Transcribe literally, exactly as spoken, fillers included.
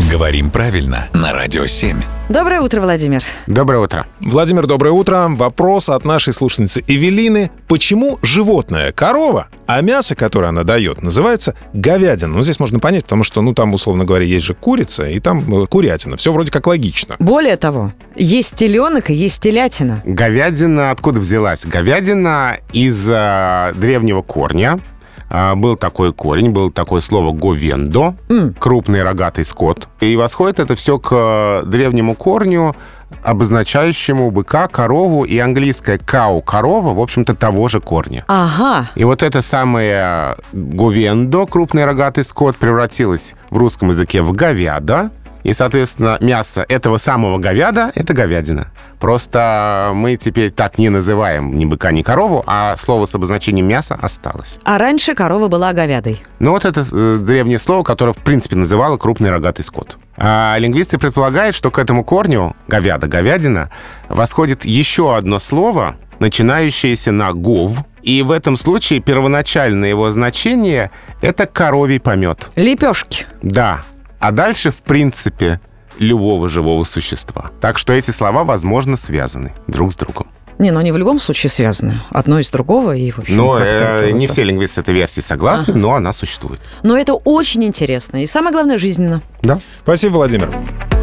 Говорим правильно на Радио семь. Доброе утро, Владимир. Доброе утро. Владимир, доброе утро. Вопрос от нашей слушательницы Эвелины. Почему животное корова, а мясо, которое она дает, называется говядина? Ну, здесь можно понять, потому что, ну, там, условно говоря, есть же курица, и там э, курятина. Все вроде как логично. Более того, есть теленок и есть телятина. Говядина откуда взялась? Говядина из э, древнего корня. Э, был такой корень, было такое слово «говендо», mm. крупный рогатый скот. И восходит это все к э, древнему корню, обозначающему быка, корову, и английское «cow» — корова, в общем-то, того же корня. Ага. И вот это самое «говендо», крупный рогатый скот, превратилось в русском языке в «говядо». И, соответственно, мясо этого самого говяда — это говядина. Просто мы теперь так не называем ни быка, ни корову, а слово с обозначением мяса осталось. А раньше корова была говядой. Ну вот это э, древнее слово, которое, в принципе, называло крупный рогатый скот. А лингвисты предполагают, что к этому корню говяда, говядина, восходит еще одно слово, начинающееся на «гов». И в этом случае первоначальное его значение — это коровий помет. Лепешки. Да. А дальше, в принципе, любого живого существа. Так что эти слова, возможно, связаны друг с другом. Не, ну они в любом случае связаны. Одно из другого. И, в общем, но э, это, не это... все лингвисты с этой версией согласны, ага. но она существует. Но это очень интересно. И самое главное, жизненно. Да. Спасибо, Владимир.